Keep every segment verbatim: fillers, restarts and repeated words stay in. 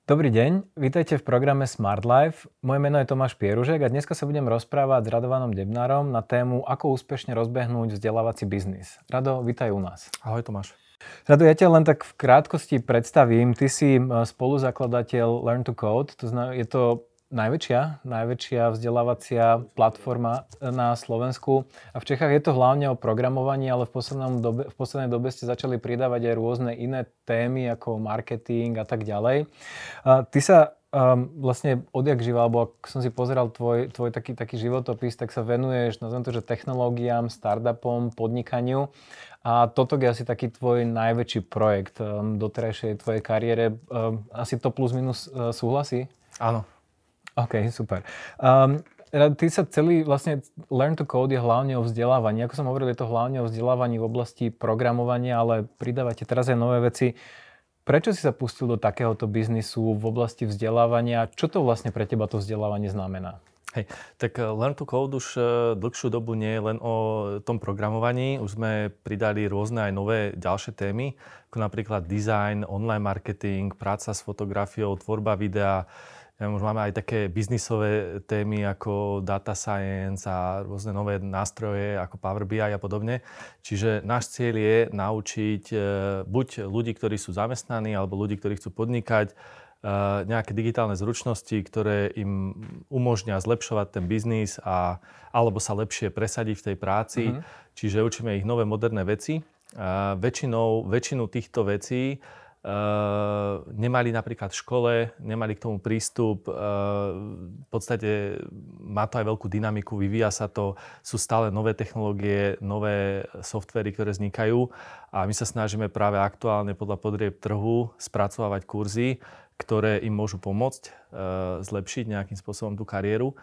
Dobrý deň, vítajte v programe Smart Life. Moje meno je Tomáš Pieružek a dneska sa budem rozprávať s Radovanom Debnárom na tému, ako úspešne rozbehnúť vzdelávací biznis. Rado, vítaj u nás. Ahoj Tomáš. Rado, ja ťa len tak v krátkosti predstavím. Ty si spoluzakladateľ Learn to Code, to znamená, je to najväčšia, najväčšia vzdelávacia platforma na Slovensku. A v Čechách je to hlavne o programovaní, ale v, dobe, v poslednej dobe ste začali pridávať aj rôzne iné témy, ako marketing a tak ďalej. A ty sa um, vlastne odjak živa, alebo ak som si pozeral tvoj, tvoj taký, taký životopis, tak sa venuješ, nazvem to, že technológiám, startupom, podnikaniu. A toto je asi taký tvoj najväčší projekt um, doterajšej tvojej kariére. Um, asi to plus minus uh, súhlasí? Áno. OK, super. Um, ty sa celý, vlastne Learn to Code je hlavne o vzdelávaní. Ako som hovoril, je to hlavne o vzdelávaní v oblasti programovania, ale pridávate teraz aj nové veci. Prečo si sa pustil do takéhoto biznisu v oblasti vzdelávania? Čo to vlastne pre teba to vzdelávanie znamená? Hej, tak Learn to Code už dlhšiu dobu nie je len o tom programovaní. Už sme pridali rôzne aj nové ďalšie témy, ako napríklad design, online marketing, práca s fotografiou, tvorba videa. Ja, už máme aj také biznisové témy ako data science a rôzne nové nástroje ako Power bí aj a podobne. Čiže náš cieľ je naučiť buď ľudí, ktorí sú zamestnaní, alebo ľudí, ktorí chcú podnikať, nejaké digitálne zručnosti, ktoré im umožnia zlepšovať ten biznis a, alebo sa lepšie presadiť v tej práci. Mm-hmm. Čiže učíme ich nové moderné veci. A väčšinou, väčšinu týchto vecí Uh, nemali napríklad v škole, nemali k tomu prístup. Uh, v podstate má to aj veľkú dynamiku, vyvíja sa to, sú stále nové technológie, nové softvery, ktoré vznikajú a my sa snažíme práve aktuálne podľa potrieb trhu spracovávať kurzy, ktoré im môžu pomôcť uh, zlepšiť nejakým spôsobom tú kariéru.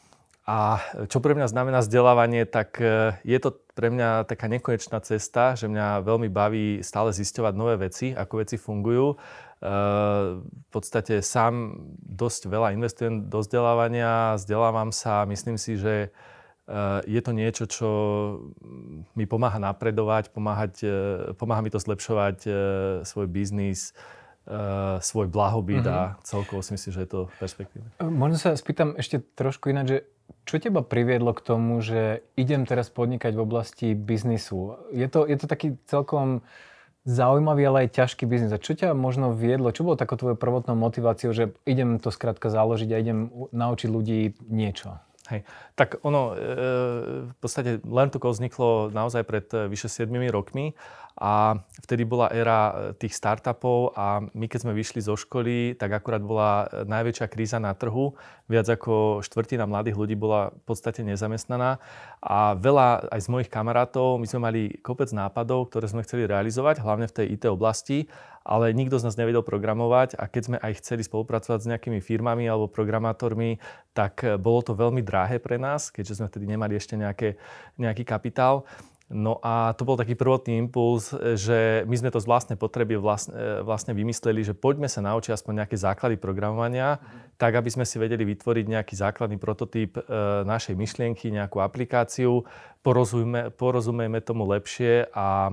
A čo pre mňa znamená vzdelávanie, tak je to pre mňa taká nekonečná cesta, že mňa veľmi baví stále zisťovať nové veci, ako veci fungujú. V podstate sám dosť veľa investujem do vzdelávania, vzdelávam sa, myslím si, že je to niečo, čo mi pomáha napredovať, pomáhať, pomáha mi to zlepšovať svoj biznis, svoj blahobyt mm-hmm. a celkovo si myslím, že je to perspektívne. Možno sa spýtam ešte trošku ináč, že čo teba priviedlo k tomu, že idem teraz podnikať v oblasti biznisu? Je to, je to taký celkom zaujímavý, ale aj ťažký biznis. A čo ťa možno viedlo? Čo bolo takou tvojou prvotnou motiváciou, že idem to skrátka založiť a idem naučiť ľudí niečo? Hej, tak ono, e, v podstate Learn to Code vzniklo naozaj pred vyše siedmimi rokmi a vtedy bola éra tých startupov a my keď sme vyšli zo školy, tak akurát bola najväčšia kríza na trhu. Viac ako štvrtina mladých ľudí bola v podstate nezamestnaná a veľa aj z mojich kamarátov, my sme mali kopec nápadov, ktoré sme chceli realizovať, hlavne v tej í té oblasti, ale nikto z nás nevedel programovať a keď sme aj chceli spolupracovať s nejakými firmami alebo programátormi, tak bolo to veľmi drahé pre nás, keďže sme vtedy nemali ešte nejaké, nejaký kapitál. No a to bol taký prvotný impuls, že my sme to z vlastnej potreby vlastne, vlastne vymysleli, že poďme sa naučiť aspoň nejaké základy programovania, mm. tak aby sme si vedeli vytvoriť nejaký základný prototyp e, našej myšlienky, nejakú aplikáciu, porozumejme, porozumejme tomu lepšie a e,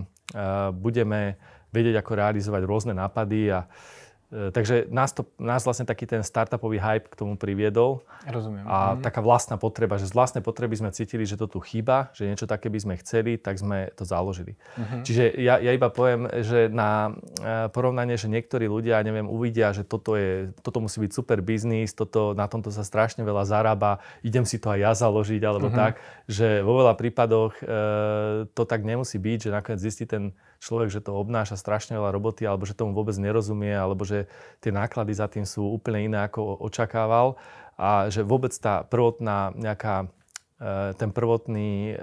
budeme vedieť, ako realizovať rôzne nápady. A, e, takže nás, to, nás vlastne taký ten startupový hype k tomu priviedol. Rozumiem. A mm. taká vlastná potreba, že z vlastnej potreby sme cítili, že to tu chýba, že niečo také by sme chceli, tak sme to založili. Mm-hmm. Čiže ja, ja iba poviem, že na porovnanie, že niektorí ľudia, neviem, uvidia, že toto, je, toto musí byť super biznis, toto, na tomto sa strašne veľa zarába, idem si to aj ja založiť, alebo mm-hmm. tak, že vo veľa prípadoch e, to tak nemusí byť, že nakoniec zistí ten človek, že to obnáša strašne veľa roboty, alebo že tomu vôbec nerozumie, alebo že tie náklady za tým sú úplne iné, ako očakával. A že vôbec tá prvotná nejaká, ten prvotný,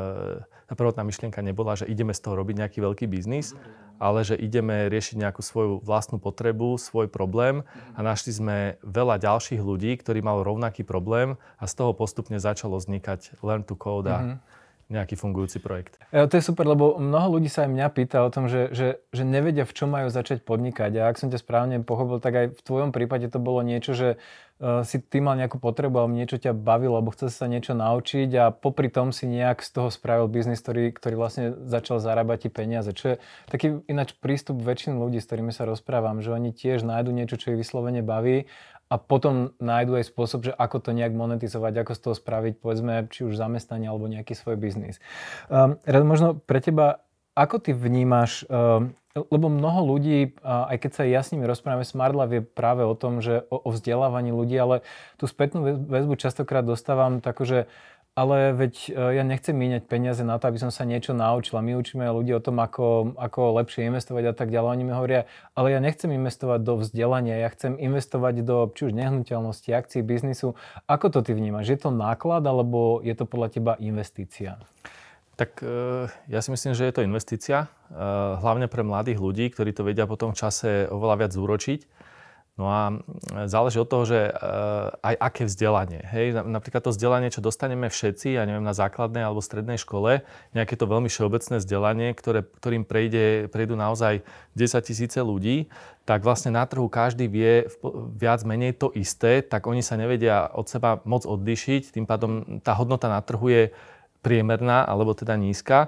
tá prvotná myšlienka nebola, že ideme z toho robiť nejaký veľký biznis, ale že ideme riešiť nejakú svoju vlastnú potrebu, svoj problém a našli sme veľa ďalších ľudí, ktorí mali rovnaký problém a z toho postupne začalo vznikať Learn to Code a mm-hmm. nejaký fungujúci projekt. E, to je super, lebo mnoho ľudí sa aj mňa pýta o tom, že, že, že nevedia, v čom majú začať podnikať. A ak som ťa správne pochopil, tak aj v tvojom prípade to bolo niečo, že uh, si ty mal nejakú potrebu, alebo niečo ťa bavilo, alebo chcel sa niečo naučiť a popri tom si nejak z toho spravil biznis, ktorý, ktorý vlastne začal zarábať ti peniaze. Čo je taký ináč prístup väčšiny ľudí, s ktorými sa rozprávam, že oni tiež nájdu niečo, čo ich vyslovene baví a potom nájdu aj spôsob, že ako to nejak monetizovať, ako z toho spraviť, povedzme, či už zamestnanie alebo nejaký svoj biznis. Um, Rad, možno pre teba, ako ty vnímaš, um, lebo mnoho ľudí, uh, aj keď sa ja s nimi rozprávame, Smart Life je práve o tom, že o, o vzdelávaní ľudí, ale tú spätnú väzbu častokrát dostávam takú, že ale veď ja nechcem míňať peniaze na to, aby som sa niečo naučil. My učíme ľudí o tom, ako, ako lepšie investovať a tak ďalej. Oni mi hovoria, ale ja nechcem investovať do vzdelania, ja chcem investovať do či už nehnuteľnosti, akcií, biznisu. Ako to ty vnímaš? Je to náklad, alebo je to podľa teba investícia? Tak ja si myslím, že je to investícia, hlavne pre mladých ľudí, ktorí to vedia potom v čase oveľa viac zúročiť. No a záleží od toho, že aj aké vzdelanie. Hej? Napríklad to vzdelanie, čo dostaneme všetci, ja neviem, na základnej alebo strednej škole, nejaké to veľmi všeobecné vzdelanie, ktoré, ktorým prejde, prejdú naozaj desaťtisíce ľudí, tak vlastne na trhu každý vie viac menej to isté, tak oni sa nevedia od seba moc odlišiť, tým pádom tá hodnota na trhu je priemerná alebo teda nízka.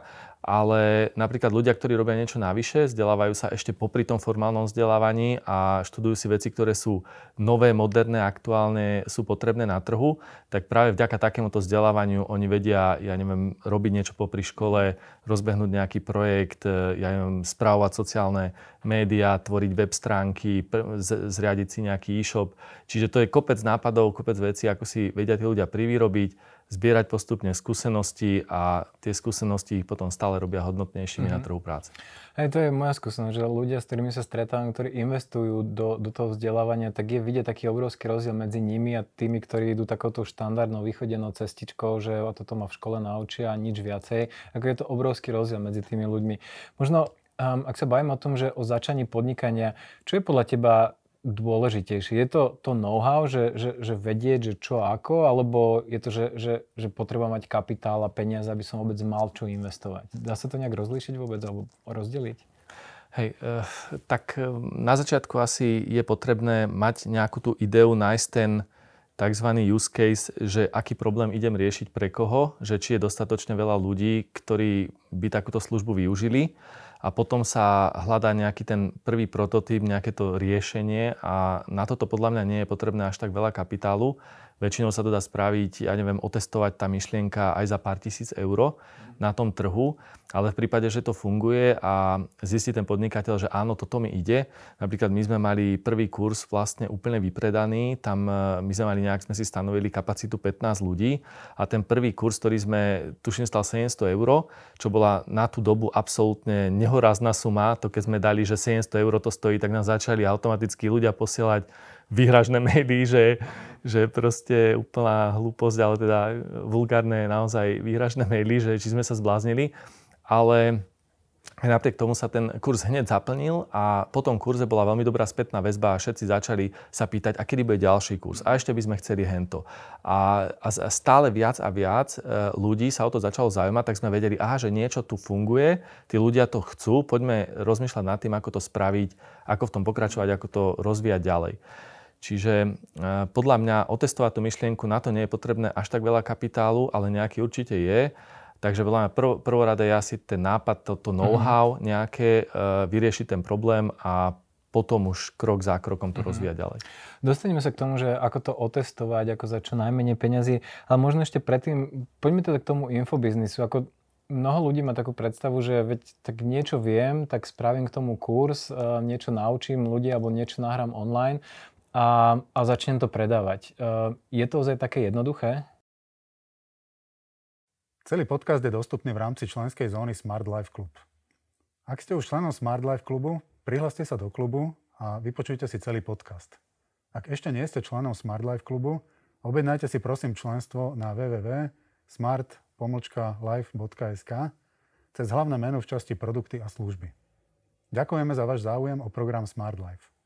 Ale napríklad ľudia, ktorí robia niečo navyše, vzdelávajú sa ešte popri tom formálnom vzdelávaní a študujú si veci, ktoré sú nové, moderné, aktuálne, sú potrebné na trhu, tak práve vďaka takémuto vzdelávaniu oni vedia, ja neviem, robiť niečo popri škole, rozbehnúť nejaký projekt, ja neviem, správovať sociálne médiá, tvoriť web stránky, zriadiť si nejaký e-shop. Čiže to je kopec nápadov, kopec vecí, ako si vedia tí ľudia privyrobiť, zbierať postupne skúsenosti a tie skúsenosti ich potom stále robia hodnotnejšími mm-hmm. na trhu práce. Hej, to je moja skúsenosť, že ľudia, s ktorými sa stretávam, ktorí investujú do, do toho vzdelávania, tak je vidieť taký obrovský rozdiel medzi nimi a tými, ktorí idú takouto štandardnou východenou cestičkou, že o toto ma v škole naučia a nič viacej. Ako je to obrovský rozdiel medzi tými ľuďmi. Možno, um, ak sa bavím o tom, že o začaní podnikania, čo je podľa teba dôležitejšie? Je to to know-how, že, že, že vedieť, že čo ako, alebo je to, že, že, že potreba mať kapitál a peniaze, aby som vôbec mal čo investovať? Dá sa to nejak rozlíšiť vôbec alebo rozdeliť? Hej, eh, tak na začiatku asi je potrebné mať nejakú tú ideu, nájsť ten tzv. Use case, že aký problém idem riešiť pre koho, že či je dostatočne veľa ľudí, ktorí by takúto službu využili. A potom sa hľadá nejaký ten prvý prototyp, nejaké to riešenie a na toto podľa mňa nie je potrebné až tak veľa kapitálu. Väčšinou sa to dá spraviť, ja neviem, otestovať tá myšlienka aj za pár tisíc eur na tom trhu, ale v prípade, že to funguje a zistí ten podnikateľ, že áno, toto mi ide. Napríklad my sme mali prvý kurz vlastne úplne vypredaný, tam my sme mali nejak, sme si stanovili kapacitu pätnásť ľudí a ten prvý kurz, ktorý sme, tuším, stal sedemsto eur, čo bola na tú dobu absolútne nehorázna suma, to keď sme dali, že sedemsto eur to stojí, tak nás začali automaticky ľudia posielať výhražné maily, že, že proste úplná hlúposť, ale teda vulgárne naozaj výhražné maily, že či sme sa zbláznili. Ale aj napriek tomu sa ten kurz hneď zaplnil a po tom kurze bola veľmi dobrá spätná väzba a všetci začali sa pýtať, a kedy bude ďalší kurz. A ešte by sme chceli hento. A, a stále viac a viac ľudí sa o to začalo zaujímať, tak sme vedeli, aha, že niečo tu funguje, tí ľudia to chcú, poďme rozmýšľať nad tým, ako to spraviť, ako v tom pokračovať, ako to rozvíjať ďalej. Čiže podľa mňa otestovať tú myšlienku, na to nie je potrebné až tak veľa kapitálu, ale nejaký určite je. Takže podľa mňa prv, prvorada je asi ten nápad, toto know-how nejaké, vyriešiť ten problém a potom už krok za krokom to rozvíjať ďalej. Dostaneme sa k tomu, že ako to otestovať, ako za čo najmenej peňazí, ale možno ešte predtým, poďme teda k tomu infobiznisu. Ako mnoho ľudí má takú predstavu, že veď tak niečo viem, tak spravím k tomu kurz, niečo naučím ľudí alebo niečo nahrám online. A, a začnem to predávať. Je to ozaj také jednoduché? Celý podcast je dostupný v rámci členskej zóny Smart Life Club. Ak ste už členom Smart Life Clubu, prihláste sa do klubu a vypočujte si celý podcast. Ak ešte nie ste členom Smart Life Clubu, objednajte si prosím členstvo na w w w bodka smart life bodka es ka cez hlavné menu v časti Produkty a služby. Ďakujeme za váš záujem o program Smart Life.